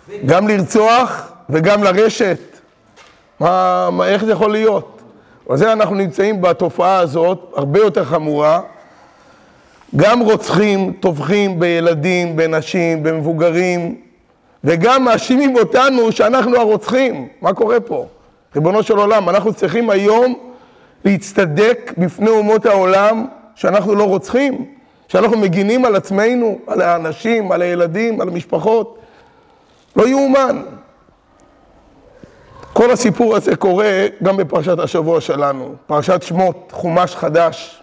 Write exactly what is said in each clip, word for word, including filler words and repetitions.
גם לרצוח וגם לרשת. מה, מה, איך זה יכול להיות? וזה אנחנו נמצאים בתופעה הזאת, הרבה יותר חמורה. גם רוצחים, טובחים בילדים, בנשים, במבוגרים, וגם מאשימים אותנו שאנחנו הרוצחים. מה קורה פה? ריבונו של עולם, אנחנו צריכים היום להצטדק בפני אומות העולם שאנחנו לא רוצחים, שאנחנו מגינים על עצמנו, על האנשים, על הילדים, על המשפחות. לא יאומן. כל הסיפור הזה קורה גם בפרשת השבוע שלנו, פרשת שמות, חומש חדש.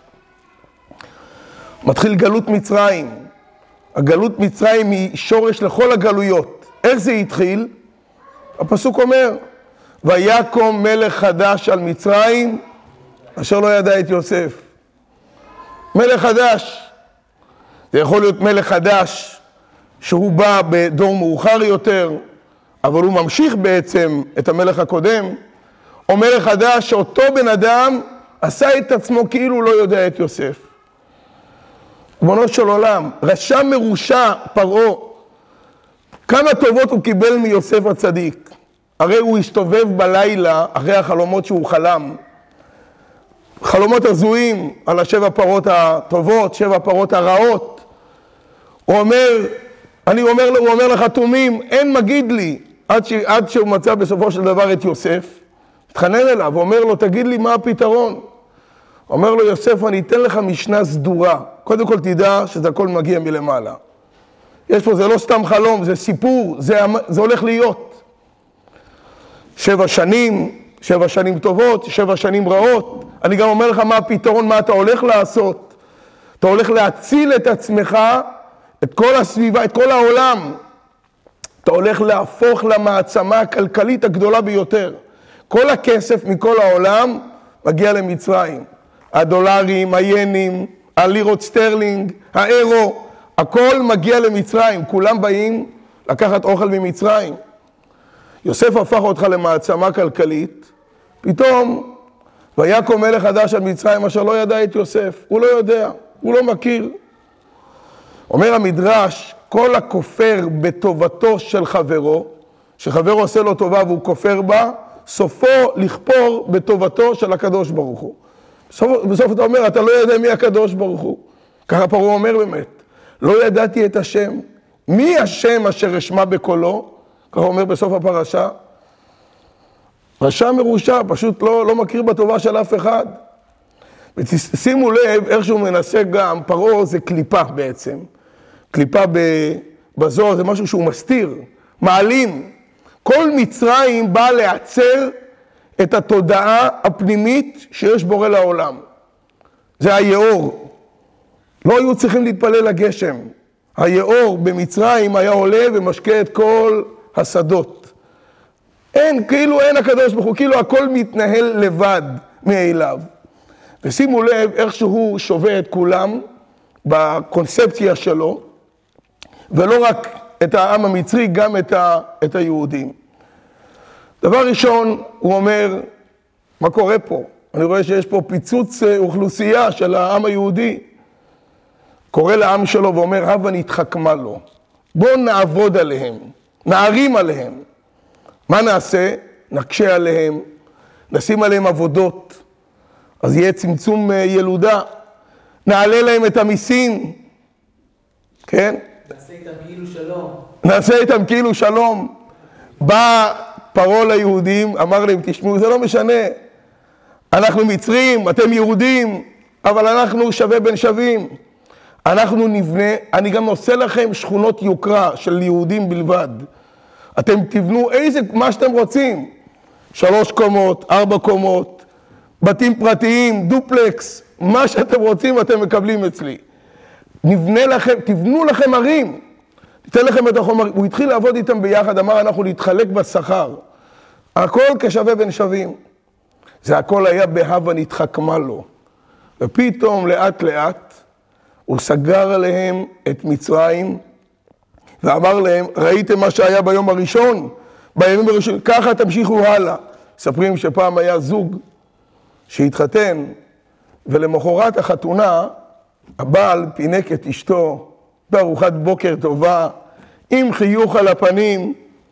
מתחיל גלות מצרים. הגלות מצרים היא שורש לכל הגלויות. איך זה התחיל? הפסוק אומר, ויקום מלך חדש על מצרים, אשר לא ידע את יוסף. מלך חדש. זה יכול להיות מלך חדש שהוא בא בדור מאוחר יותר, אבל הוא ממשיך בעצם את המלך הקודם, או מלך חדש שאותו בן אדם עשה את עצמו כאילו לא יודע את יוסף. ריבונו של עולם, רשע מרושע פרעה, כמה טובות הוא קיבל מיוסף הצדיק. הרי הוא הסתובב בלילה אחרי החלומות שהוא חלם, חלומות הזויים על השבע פרות הטובות, שבע פרות הרעות. הוא אומר, אני אומר, הוא אומר לחתומים, אין מגיד לי, עד, ש, עד שהוא מצא בסופו של דבר את יוסף, התחנן אליו, הוא אומר לו, תגיד לי מה הפתרון. הוא אומר לו, יוסף, אני אתן לך משנה סדורה. קודם כל תדע שזה הכל מגיע מלמעלה. יש פה, זה לא סתם חלום, זה סיפור, זה, זה הולך להיות. שבע שנים, שבע שנים טובות, שבע שנים רעות. אני גם אומר לך מה הפתרון, מה אתה הולך לעשות. אתה הולך להציל את עצמך, את כל הסביבה, את כל העולם. אתה הולך להפוך למעצמה הכלכלית הגדולה ביותר. כל הכסף מכל העולם מגיע למצרים. הדולרים, הינים, הלירות סטרלינג, האירו, הכל מגיע למצרים. כולם באים לקחת אוכל ממצרים. יוסף הפך אותך למעצמה כלכלית. פתאום, ויקום מלך חדש על מצרים אשר לא ידע את יוסף. הוא לא יודע, הוא לא מכיר. אומר המדרש, כל הכופר בטובתו של חברו, שחברו עושה לו טובה והוא כופר בה, סופו לכפור בטובתו של הקדוש ברוך הוא. בסוף, בסוף אתה אומר, אתה לא יודע מי הקדוש ברוך הוא. ככה פרעה אומר באמת, לא ידעתי את השם. מי השם אשר אשמע בקולו? ככה אומר בסוף הפרשה. רשע מרושע, פשוט לא, לא מכיר בטובה של אף אחד. ושימו לב, איך שהוא מנסה גם, פרעה זה קליפה בעצם. קליפה בזוהר זה משהו שהוא מסתיר, מעלים. כל מצרים בא לעצר את התודעה הפנימית שיש בורא לעולם. זה היאור. לא היו צריכים להתפלל לגשם. היאור במצרים היה עולה ומשקה את כל השדות. אין, כאילו אין הקדוש ברוך הוא, כאילו הכל מתנהל לבד מאליו. ושימו לב איך שהוא שווה את כולם בקונספציה שלו, ולא רק את העם המצרי, גם את, ה, את היהודים. דבר ראשון, הוא אומר, מה קורה פה? אני רואה שיש פה פיצוץ אוכלוסייה של העם היהודי. קורא לעם שלו ואומר, הבה נתחכמה לו. בואו נעבוד עליהם, נערים עליהם. מה נעשה? נקשה עליהם, נשים עליהם עבודות. אז יהיה צמצום ילודה. נעלה להם את המיסים. כן? נעשה איתם כאילו שלום. נעשה איתם כאילו שלום. בא פרעה ליהודים, אמר להם, תשמעו, זה לא משנה. אנחנו מצרים, אתם יהודים, אבל אנחנו שווה בין שווים. אנחנו נבנה, אני גם עושה לכם שכונות יוקרה של יהודים בלבד. אתם תבנו איזה, מה שאתם רוצים. שלוש קומות, ארבע קומות, בתים פרטיים, דופלקס, מה שאתם רוצים אתם מקבלים אצלי. נבנה לכם, תבנו לכם ערים. ניתן לכם את החומר. הוא התחיל לעבוד איתם ביחד, אמר אנחנו להתחלק בשכר. הכל כשווה בין שווים. זה הכל היה בהבה נתחכמה לו. ופתאום לאט לאט הוא סגר עליהם את מצרים, ואמר להם, ראיתם מה שהיה ביום הראשון? בימים הראשון, ככה תמשיכו הלאה. מספרים שפעם היה זוג שהתחתן, ולמחרת החתונה, הבעל פינק את אשתו בארוחת בוקר טובה, עם חיוך על הפנים,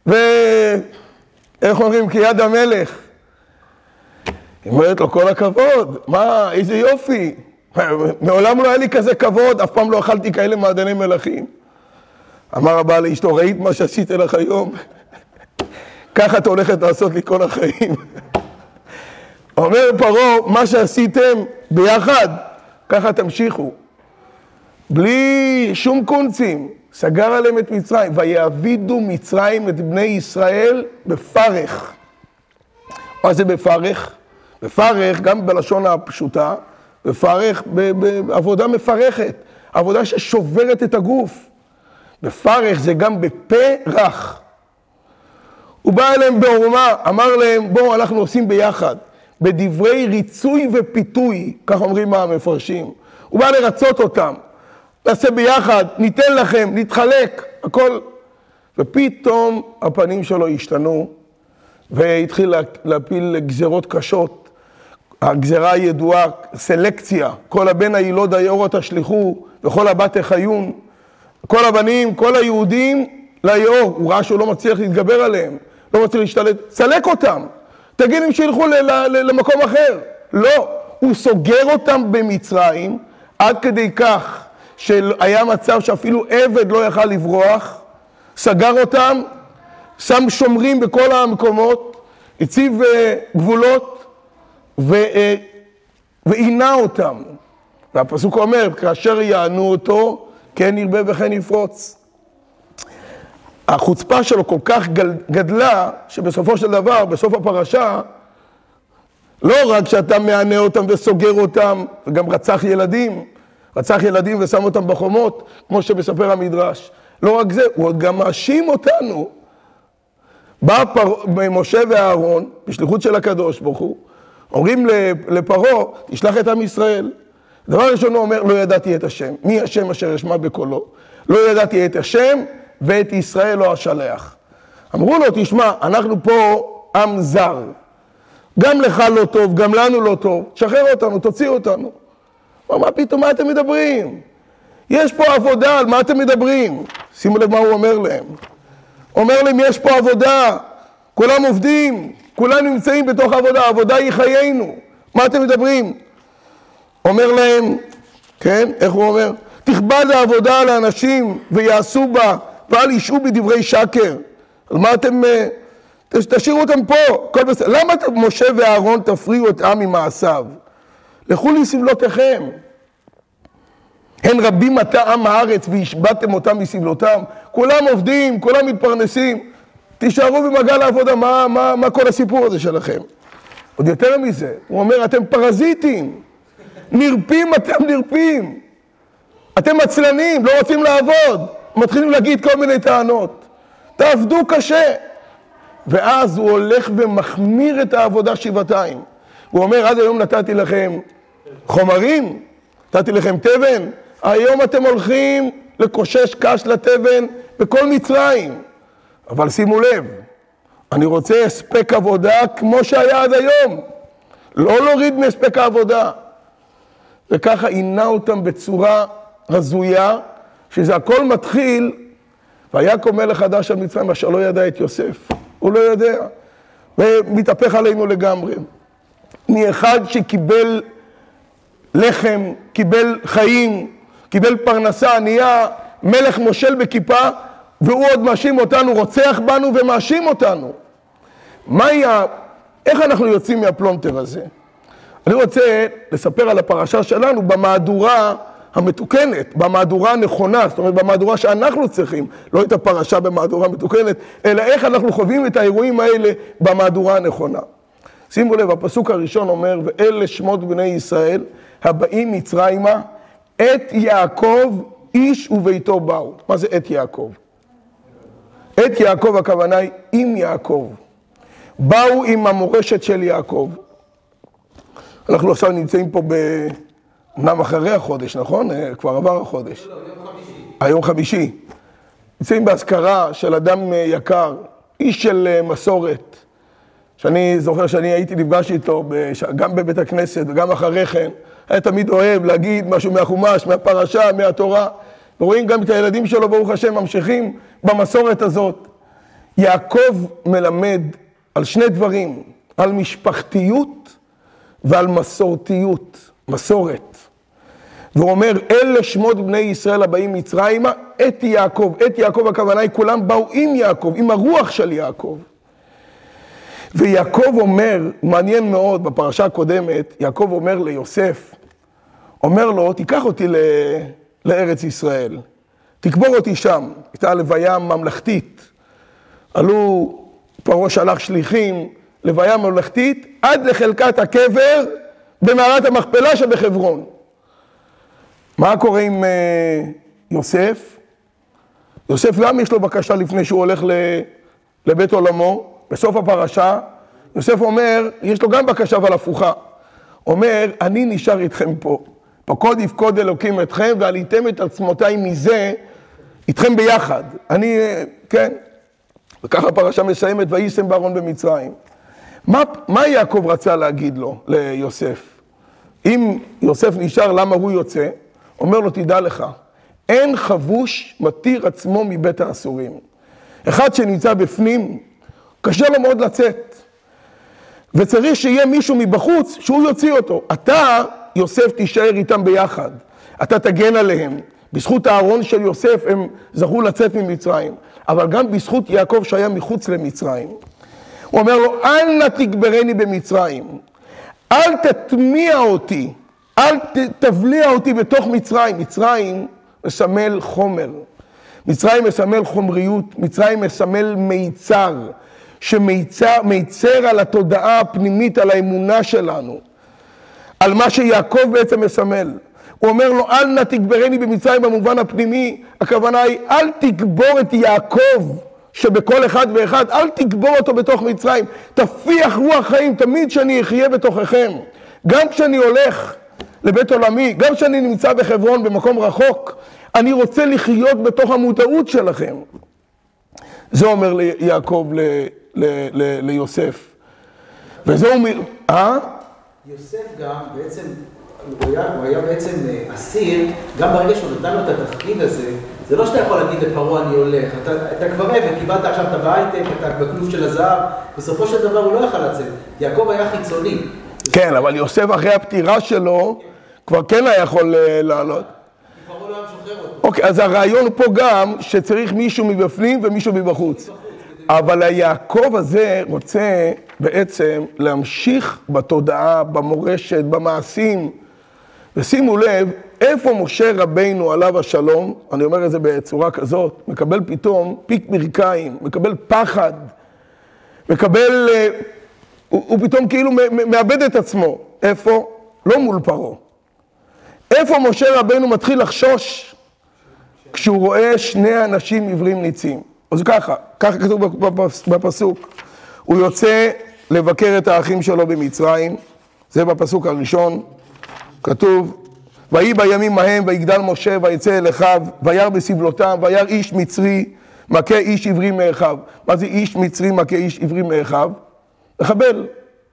ואיך אומרים? כיד המלך. היא אומרת לו, כל הכבוד, מה, איזה יופי. מעולם לא היה לי כזה כבוד, אף פעם לא אכלתי כאלה מעדני מלכים. אמר הבעל לאשתו, ראית מה שעשית לך היום? ככה את הולכת לעשות לי כל החיים. אומר פרעה, מה שעשיתם ביחד, ככה תמשיכו. בלי שום קונצים, סגר עליהם את מצרים, ויעבידו מצרים את בני ישראל בפרך. מה זה בפרך? בפרך, גם בלשון הפשוטה, בפרך בעבודה מפרכת, עבודה ששוברת את הגוף. בפרך זה גם בפרח. הוא בא אליהם בעורמה, אמר להם, בואו אנחנו עושים ביחד, בדברי ריצוי ופיתוי, כך אומרים המפרשים. הוא בא לרצות אותם, נעשה ביחד, ניתן לכם, נתחלק, הכל. ופתאום הפנים שלו השתנו, והתחיל להפיל גזרות קשות. הגזרה הידועה, סלקציה, כל הבן הילוד היאור תשליכו, וכל הבת החיון, כל הבנים, כל היהודים ליאור. הוא ראה שהוא לא מצליח להתגבר עליהם, לא מצליח להשתלט, סלק אותם, תגיד אם שילכו למקום אחר. לא, הוא סוגר אותם במצרים, עד כדי כך שהיה מצב שאפילו עבד לא יכל לברוח, סגר אותם, שם שומרים בכל המקומות, הציב גבולות ועינה אותם. והפסוק אומר, כאשר יענו אותו, כן ירבה וכן יפרוץ. החוצפה שלו כל כך גדלה, שבסופו של דבר, בסוף הפרשה, לא רק שאתה מענה אותם וסוגר אותם, וגם רצח ילדים, רצח ילדים ושם אותם בחומות, כמו שמספר המדרש. לא רק זה, הוא עוד גם מאשים אותנו. בא פר... משה ואהרון, בשליחות של הקדוש ברוך הוא, אומרים לפרעה, תשלח את עם ישראל. דבר ראשון הוא אומר, לא ידעתי את השם. מי השם אשר אשמע בקולו? לא ידעתי את השם ואת ישראל לא אשלח. אמרו לו, תשמע, אנחנו פה עם זר. גם לך לא טוב, גם לנו לא טוב. שחרר אותנו, תוציא אותנו. הוא אמר, פתאום, מה אתם מדברים? יש פה עבודה, על מה אתם מדברים? שימו לב מה הוא אומר להם. אומר להם, יש פה עבודה, כולם עובדים, כולם נמצאים בתוך עבודה, העבודה היא חיינו. מה אתם מדברים? אומר להם, כן, איך הוא אומר? תכבד העבודה על האנשים ויעשו בה, ואל ישעו בדברי שקר. על מה אתם, תשאירו אותם פה, כל בסדר. למה אתם, משה ואהרון תפריעו את עם ממעשיו? לכו לסבלותיכם. הן רבים עתה עם הארץ והשבתם אותם מסבלותם. כולם עובדים, כולם מתפרנסים. תישארו במעגל העבודה, מה, מה, מה כל הסיפור הזה שלכם? עוד יותר מזה, הוא אומר, אתם פרזיטים. נרפים, אתם נרפים. אתם עצלנים, לא רוצים לעבוד. מתחילים להגיד כל מיני טענות. תעבדו קשה. ואז הוא הולך ומחמיר את העבודה שבעתיים. הוא אומר, עד היום נתתי לכם חומרים, נתתי לכם תבן, היום אתם הולכים לקושש קש לתבן בכל מצרים. אבל שימו לב, אני רוצה הספק עבודה כמו שהיה עד היום. לא להוריד מהספק העבודה. וככה עינה אותם בצורה רזויה, שזה הכל מתחיל, ויקום מלך חדש על מצרים, אשר לא ידע את יוסף. הוא לא יודע, ומתהפך עלינו לגמרי. מאחד שקיבל לחם, קיבל חיים, קיבל פרנסה, נהיה מלך מושל בכיפה, והוא עוד מאשים אותנו, רוצח בנו ומאשים אותנו. מה היה, איך אנחנו יוצאים מהפלונטר הזה? אני רוצה לספר על הפרשה שלנו במהדורה המתוקנת, במהדורה הנכונה, זאת אומרת במהדורה שאנחנו צריכים, לא את הפרשה במהדורה המתוקנת, אלא איך אנחנו חווים את האירועים האלה במהדורה הנכונה. שימו לב, הפסוק הראשון אומר, ואלה שמות בני ישראל, הבאים מצרימה, את יעקב איש וביתו באו. מה זה את יעקב? את יעקב הכוונה היא עם יעקב. באו עם המורשת של יעקב. אנחנו עכשיו נמצאים פה אמנם אחרי החודש, נכון? כבר עבר החודש. לא, יום חמישי. היום חמישי. נמצאים בהזכרה של אדם יקר, איש של מסורת, שאני זוכר שאני הייתי נפגש איתו גם בבית הכנסת וגם אחרי כן. היה תמיד אוהב להגיד משהו מהחומש, מהפרשה, מהתורה. ורואים גם את הילדים שלו, ברוך השם, ממשיכים במסורת הזאת. יעקב מלמד על שני דברים, על משפחתיות ועל מסורתיות, מסורת. והוא אומר, אלה שמות בני ישראל הבאים מצרימה, את יעקב. את יעקב הכוונה היא, כולם באו עם יעקב, עם הרוח של יעקב. ויעקב אומר, מעניין מאוד, בפרשה הקודמת, יעקב אומר ליוסף, אומר לו, תיקח אותי ל... לארץ ישראל, תקבור אותי שם, הייתה לוויה ממלכתית. עלו, פרעה שלח שליחים, לוויה ממלכתית, עד לחלקת הקבר במערת המכפלה שבחברון. מה קורה עם uh, יוסף? יוסף גם יש לו בקשה לפני שהוא הולך ל... לבית עולמו, בסוף הפרשה, יוסף אומר, יש לו גם בקשה אבל הפוכה. אומר, אני נשאר איתכם פה. פקוד יפקוד אלוקים אתכם, ועליתם את עצמותיי מזה, איתכם ביחד. אני, כן. וככה הפרשה מסיימת, ויישם בארון במצרים. מה, מה יעקב רצה להגיד לו, ליוסף? אם יוסף נשאר, למה הוא יוצא? אומר לו, תדע לך, אין חבוש מתיר עצמו מבית האסורים. אחד שנמצא בפנים, קשה לו מאוד לצאת. וצריך שיהיה מישהו מבחוץ שהוא יוציא אותו. אתה, יוסף, תישאר איתם ביחד. אתה תגן עליהם. בזכות הארון של יוסף הם זכו לצאת ממצרים. אבל גם בזכות יעקב שהיה מחוץ למצרים. הוא אומר לו, אל נא תגברני במצרים. אל תטמיע אותי. אל תבליע אותי בתוך מצרים. מצרים מסמל חומר. מצרים מסמל חומריות. מצרים מסמל מיצר. שמיצר על התודעה הפנימית, על האמונה שלנו. על מה שיעקב בעצם מסמל. הוא אומר לו, אל נא תגברני במצרים במובן הפנימי. הכוונה היא, אל תגבור את יעקב שבכל אחד ואחד, אל תגבור אותו בתוך מצרים. תפיח רוח חיים, תמיד שאני אחיה בתוככם. גם כשאני הולך לבית עולמי, גם כשאני נמצא בחברון במקום רחוק, אני רוצה לחיות בתוך המודעות שלכם. זה אומר ליעקב ל, ל, ל, ליוסף. וזה אומר, אה? יוסף גם בעצם, הוא היה, הוא היה בעצם אסיר, גם ברגע שהוא נתן לו את התפקיד הזה, זה לא שאתה יכול להגיד לפרעה אני הולך, אתה, אתה כבר עבד, קיבלת עכשיו את בהייטק, אתה בכלוב של הזהב, בסופו של דבר הוא לא יכול לצאת, יעקב היה חיצוני. כן, אבל יוסף אחרי הפטירה שלו, כבר כן היה יכול לעלות. פרעה לא היה משוחרר אותו. אוקיי, אז הרעיון פה גם שצריך מישהו מבפנים ומישהו מבחוץ. אבל היעקב הזה רוצה בעצם להמשיך בתודעה, במורשת, במעשים. ושימו לב, איפה משה רבינו עליו השלום, אני אומר את זה בצורה כזאת, מקבל פתאום פיק ברכיים, מקבל פחד, מקבל, הוא, הוא פתאום כאילו מאבד את עצמו. איפה? לא מול פרעה. איפה משה רבינו מתחיל לחשוש? כשהוא רואה שני אנשים עיוורים ניצים. אז ככה, ככה כתוב בפסוק. הוא יוצא לבקר את האחים שלו במצרים, זה בפסוק הראשון, כתוב, ויהי בימים ההם ויגדל משה ויצא אל אחיו, וירא בסבלותם, וירא איש מצרי מכה איש עברי מאחיו. מה זה איש מצרי מכה איש עברי מאחיו? מחבל.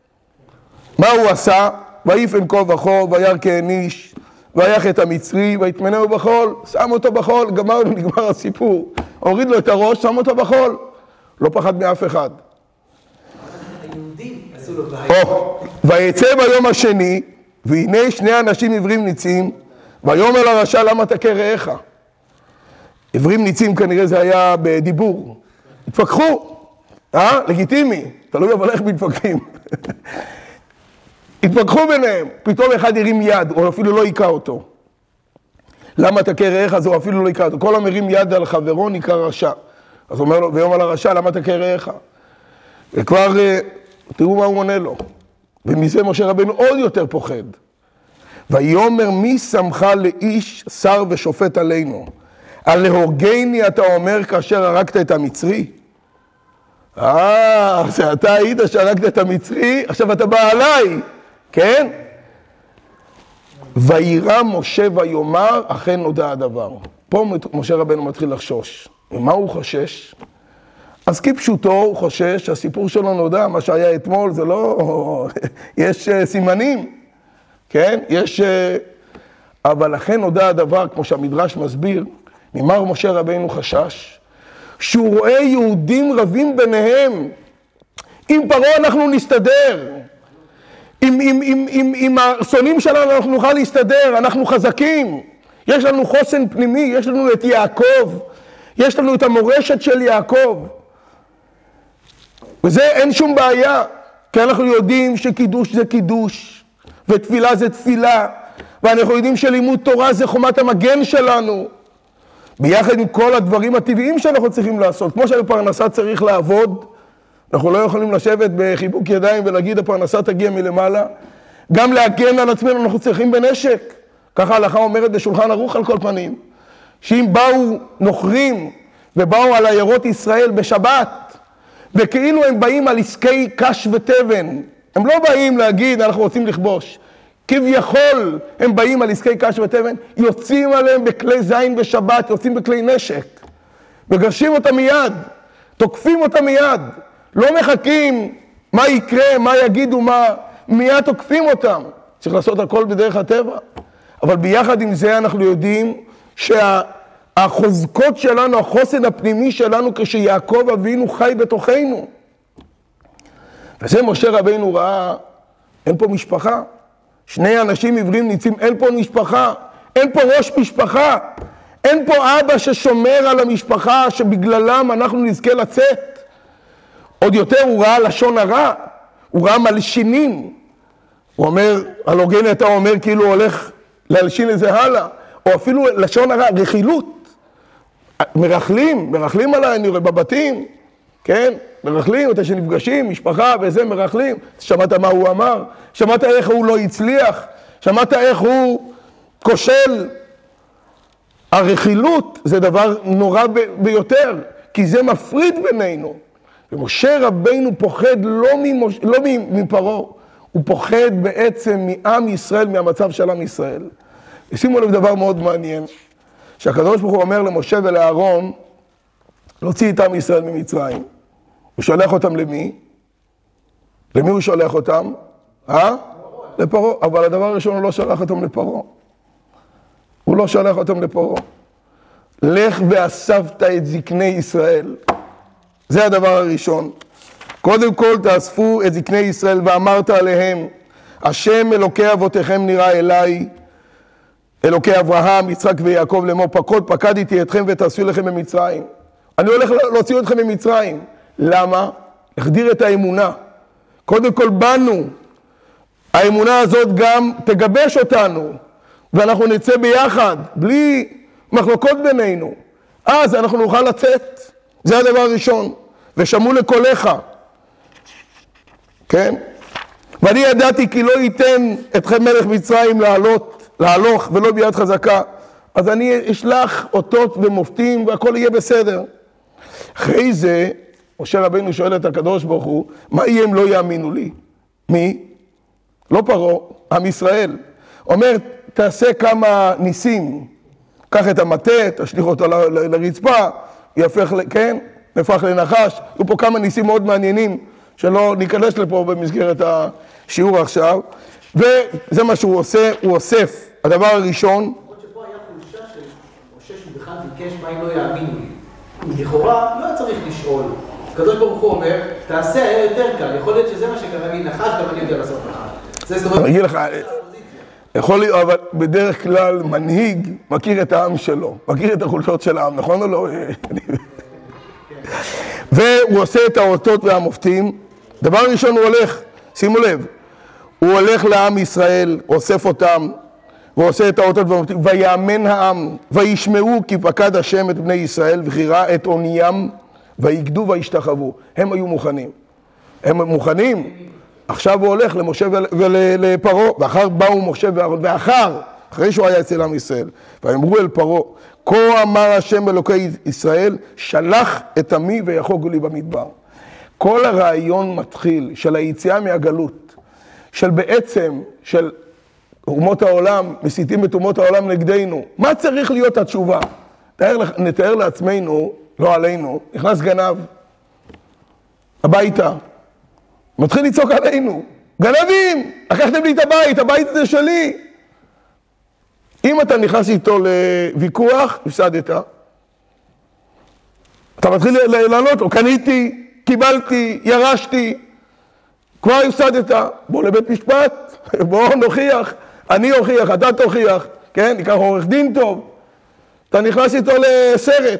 מה הוא עשה? ויפן כה וכה, וירא כעניש, ויח את המצרי, ויטמנהו בחול, שם אותו בחול, גמר, נגמר הסיפור. הוריד לו את הראש, שם אותו בחול. לא פחד מאף אחד. היהודים עשו לו בעיה. ויצא ביום השני, והנה שני אנשים עברים ניצים, ויאמר לרשע למה תכה רעך. עברים ניצים כנראה זה היה בדיבור. התפקחו, אה? לגיטימי, תלוי אבל איך מתפקחים. התפקחו ביניהם, פתאום אחד הרים יד, או אפילו לא עיקה אותו. למה תכה רעך? אז הוא אפילו לא עיקה אותו. כל המרים יד על חברו נקרא רשע. אז הוא אומר לו, ויאמר לרשע למה תכה רעך? וכבר, תראו מה הוא עונה לו. ומזה משה רבינו עוד יותר פוחד. ויאמר מי שמך לאיש שר ושופט עלינו? על להורגני אתה אומר כאשר הרגת את המצרי? אה, זה אתה היית שהרגת את המצרי, עכשיו אתה בא עליי, כן? וירא משה ויאמר, אכן נודע הדבר. פה משה רבינו מתחיל לחשוש. ומה הוא חושש? אז כפשוטו הוא חושש שהסיפור שלו נודע, מה שהיה אתמול זה לא... יש סימנים, כן? יש... אבל לכן נודע הדבר, כמו שהמדרש מסביר, ממר משה רבינו חשש, שהוא רואה יהודים רבים ביניהם. עם פרעה אנחנו נסתדר. עם, עם, עם, עם, עם השונאים שלנו אנחנו נוכל להסתדר, אנחנו חזקים. יש לנו חוסן פנימי, יש לנו את יעקב, יש לנו את המורשת של יעקב. וזה אין שום בעיה, כי אנחנו יודעים שקידוש זה קידוש, ותפילה זה תפילה, ואנחנו יודעים שלימוד תורה זה חומת המגן שלנו. ביחד עם כל הדברים הטבעיים שאנחנו צריכים לעשות, כמו שבפרנסה צריך לעבוד, אנחנו לא יכולים לשבת בחיבוק ידיים ולהגיד הפרנסה תגיע מלמעלה. גם להגן על עצמנו אנחנו צריכים בנשק. ככה ההלכה אומרת בשולחן ערוך על כל פנים. שאם באו נוכרים ובאו על עיירות ישראל בשבת, וכאילו הם באים על עסקי קש ותבן, הם לא באים להגיד אנחנו רוצים לכבוש. כביכול הם באים על עסקי קש ותבן, יוצאים עליהם בכלי זין בשבת, יוצאים בכלי נשק. מגרשים אותם מיד, תוקפים אותם מיד. לא מחכים מה יקרה, מה יגידו, מה, מיד תוקפים אותם. צריך לעשות הכל בדרך הטבע. אבל ביחד עם זה אנחנו יודעים שהחוזקות שלנו, החוסן הפנימי שלנו, כשיעקב אבינו חי בתוכנו. וזה משה רבינו ראה, אין פה משפחה. שני אנשים עברים ניצים, אין פה משפחה. אין פה ראש משפחה. אין פה אבא ששומר על המשפחה, שבגללם אנחנו נזכה לצאת. עוד יותר הוא ראה לשון הרע, הוא ראה מלשינים. הוא אומר, על הוגן אתה אומר כאילו הוא הולך להלשין את זה הלאה, או אפילו לשון הרע, רכילות. מרחלים, מרחלים עליי, אני רואה בבתים, כן? מרחלים, אותה שנפגשים, משפחה וזה מרחלים. שמעת מה הוא אמר? שמעת איך הוא לא הצליח? שמעת איך הוא כושל? הרכילות זה דבר נורא ביותר, כי זה מפריד בינינו. ומשה רבינו פוחד לא, ממוש... לא מפרעה, הוא פוחד בעצם מעם ישראל, מהמצב של עם ישראל. ושימו לב דבר מאוד מעניין, שהקדוש ברוך הוא אומר למשה ולאהרון, להוציא את עם ישראל ממצרים. הוא שולח אותם למי? למי הוא שולח אותם? אה? לפרעה. אבל הדבר הראשון הוא לא שולח אותם לפרעה. הוא לא שולח אותם לפרעה. לך ואספת את זקני ישראל. זה הדבר הראשון. קודם כל תאספו את זקני ישראל ואמרת עליהם, השם אלוקי אבותיכם נראה אליי, אלוקי אברהם, יצחק ויעקב לאמור, פקוד פקדתי אתכם ותעשו לכם במצרים. אני הולך להוציא אתכם ממצרים. למה? להחדיר את האמונה. קודם כל בנו. האמונה הזאת גם תגבש אותנו, ואנחנו נצא ביחד, בלי מחלוקות בינינו. אז אנחנו נוכל לצאת. זה הדבר הראשון. ושמעו לקולך. כן? ואני ידעתי כי לא ייתן אתכם מלך מצרים לעלות, להלוך ולא ביד חזקה. אז אני אשלח אותות ומופתים והכל יהיה בסדר. אחרי זה, משה רבינו שואל את הקדוש ברוך הוא, מה יהיה אם לא יאמינו לי? מי? לא פרעה, עם ישראל. אומר, תעשה כמה ניסים. קח את המטה, תשליך אותו ל- ל- לרצפה, יהפך, כן? נפח לנחש. יהיו פה כמה ניסים מאוד מעניינים, שלא ניכנס לפה במסגרת השיעור עכשיו. וזה מה שהוא עושה, הוא אוסף. הדבר הראשון... למרות שפה היה חולשה של משה שהוא בכלל ביקש מה אם לא יאמינו לי. לכאורה לא צריך לשאול. הקדוש ברוך הוא אומר, תעשה, היה יותר קל. יכול להיות שזה מה שקרה לי, נחש, גם אני יודע לעשות נחש. זה זאת אומרת... אני אגיד לך, יכול להיות, אבל בדרך כלל מנהיג מכיר את העם שלו, מכיר את החולשות של העם, נכון או לא? והוא עושה את האותות והמופתים. דבר ראשון הוא הולך, שימו לב, הוא הולך לעם ישראל, אוסף אותם, ועושה את האותות והמופתים, ויאמן העם, וישמעו כי פקד השם את בני ישראל, וכי ראה את עוניים, ויגדו וישתחוו. הם היו מוכנים. הם מוכנים. עכשיו הוא הולך למשה ולפרעה, ואחר באו משה ואהרון, ואחר, אחרי שהוא היה אצל עם ישראל, ואמרו אל פרעה, כה אמר השם אלוקי ישראל, שלח את עמי ויחוגו לי במדבר. כל הרעיון מתחיל של היציאה מהגלות, של בעצם, של אומות העולם, מסיתים את אומות העולם נגדנו. מה צריך להיות התשובה? נתאר, נתאר לעצמנו, לא עלינו, נכנס גנב הביתה, מתחיל לצעוק עלינו, גנבים, לקחתם לי את הבית, הבית הזה שלי. אם אתה נכנס איתו לוויכוח, הפסדת. אתה מתחיל לענות לו, קניתי, קיבלתי, ירשתי, כבר הפסדת, בוא לבית משפט, בוא נוכיח, אני אוכיח, אתה תוכיח, כן, ניקח עורך דין טוב, אתה נכנס איתו לסרט,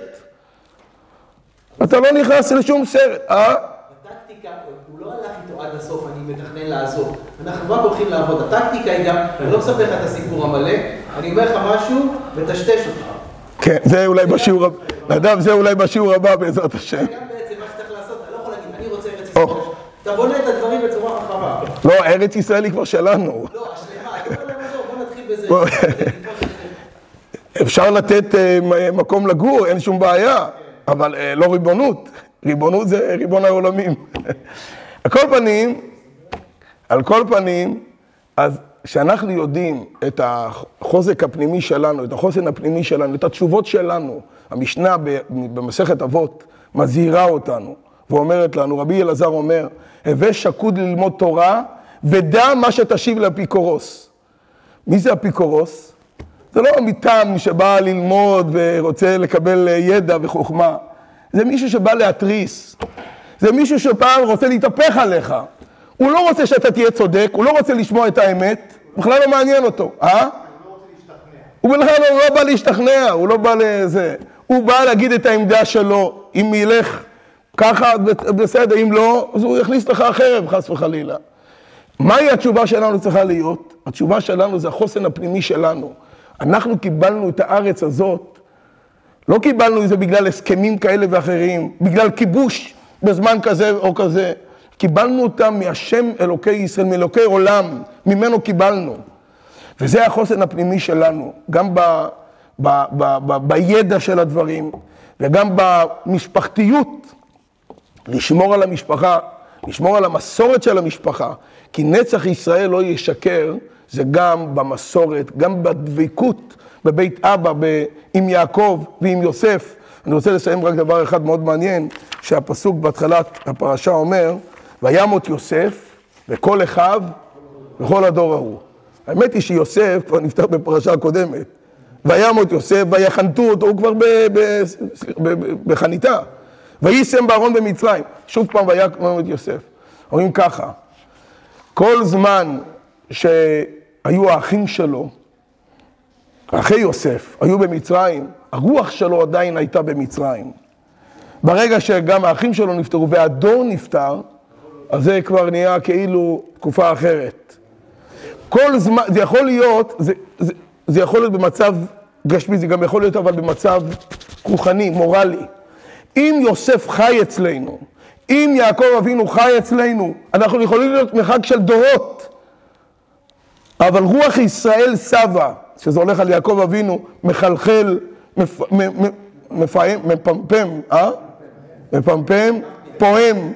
אתה לא נכנס לשום סרט, אה? הטקטיקה, הוא לא הלך איתו עד הסוף, אני מתכנן לעזור, אנחנו רק הולכים לעבוד, הטקטיקה היא גם, אני לא מספר לך את הסיפור המלא, אני אומר לך משהו וטשטש אותך. כן, זה אולי בשיעור הבא, נדב, זה אולי בשיעור הבא בעזרת השם. גם בעצם מה שצריך לעשות, אתה לא יכול להגיד, אני רוצה ארץ ישראל. אתה בונה את הדברים בצורה חכמה. לא, ארץ ישראל היא כבר שלנו. לא, השלמה, אתה אומר להם עזור, בוא נתחיל בזה. אפשר לתת מקום לגור, אין שום בעיה, אבל לא ריבונות. ריבונות זה ריבון העולמים. על כל פנים, על כל פנים, אז שאנחנו יודעים את החוזק הפנימי שלנו, את החוסן הפנימי שלנו, את התשובות שלנו, המשנה במסכת אבות מזהירה אותנו, ואומרת לנו, רבי אלעזר אומר, הווה שקוד ללמוד תורה, ודע מה שתשיב לאפיקורוס. מי זה אפיקורוס? זה לא מטעם שבא ללמוד ורוצה לקבל ידע וחוכמה. זה מישהו שבא להתריס. זה מישהו שפעם רוצה להתהפך עליך. הוא לא רוצה שאתה תהיה צודק, הוא לא רוצה לשמוע את האמת, בכלל לא מעניין אותו. אה? הוא לא רוצה להשתכנע. הוא בכלל לא בא להשתכנע, הוא לא בא לזה. הוא בא להגיד את העמדה שלו, אם ילך ככה, בסדר, אם לא, אז הוא יכניס לך חרב, חס וחלילה. מהי התשובה שלנו צריכה להיות? התשובה שלנו זה החוסן הפנימי שלנו. אנחנו קיבלנו את הארץ הזאת, לא קיבלנו את זה בגלל הסכמים כאלה ואחרים, בגלל כיבוש בזמן כזה או כזה. קיבלנו אותם מהשם אלוקי ישראל, מאלוקי עולם, ממנו קיבלנו. וזה החוסן הפנימי שלנו, גם ב, ב, ב, ב, בידע של הדברים, וגם במשפחתיות, לשמור על המשפחה, לשמור על המסורת של המשפחה, כי נצח ישראל לא ישקר, זה גם במסורת, גם בדבקות בבית אבא, ב, עם יעקב ועם יוסף. אני רוצה לסיים רק דבר אחד מאוד מעניין, שהפסוק בהתחלת הפרשה אומר, וימות יוסף וכל אחיו וכל הדור ההוא. האמת היא שיוסף כבר נפטר בפרשה הקודמת. וימות יוסף ויחנתו אותו, הוא כבר בחניתה. ויישם בארון במצרים. שוב פעם וימות יוסף. אומרים ככה, כל זמן שהיו האחים שלו, אחי יוסף, היו במצרים, הרוח שלו עדיין הייתה במצרים. ברגע שגם האחים שלו נפטרו והדור נפטר, אז זה כבר נהיה כאילו תקופה אחרת. כל זמן, זה יכול להיות, זה, זה, זה יכול להיות במצב גשמי, זה גם יכול להיות אבל במצב רוחני, מורלי. אם יוסף חי אצלנו, אם יעקב אבינו חי אצלנו, אנחנו יכולים להיות מרחק של דורות. אבל רוח ישראל סבא, שזה הולך על יעקב אבינו, מחלחל, מפ, מ, מ, מפעם, מפמפם, אה? מפמפם, פועם.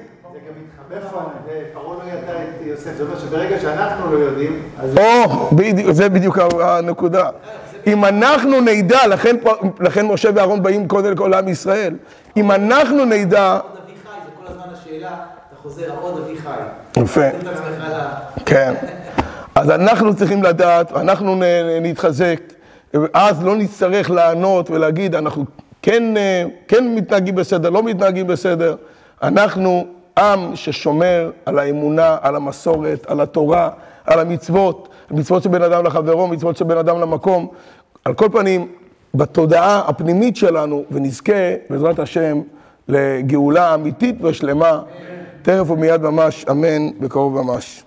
פרעה לא ידע את יוסף, זאת אומרת שברגע שאנחנו לא יודעים, או, זה בדיוק הנקודה. אם אנחנו נדע, לכן משה ואהרון באים קודם לכל עם ישראל, אם אנחנו נדע... עוד אבי חי, זה כל הזמן השאלה, אתה חוזר, עוד אבי חי. יפה. כן. אז אנחנו צריכים לדעת, אנחנו נתחזק, ואז לא נצטרך לענות ולהגיד, אנחנו כן, כן מתנהגים בסדר, לא מתנהגים בסדר. אנחנו עם ששומר על האמונה, על המסורת, על התורה, על המצוות, מצוות של בן אדם לחברו, מצוות של בן אדם למקום. על כל פנים, בתודעה הפנימית שלנו, ונזכה בעזרת השם לגאולה אמיתית ושלמה, תכף ומיד ממש, אמן, בקרוב ממש.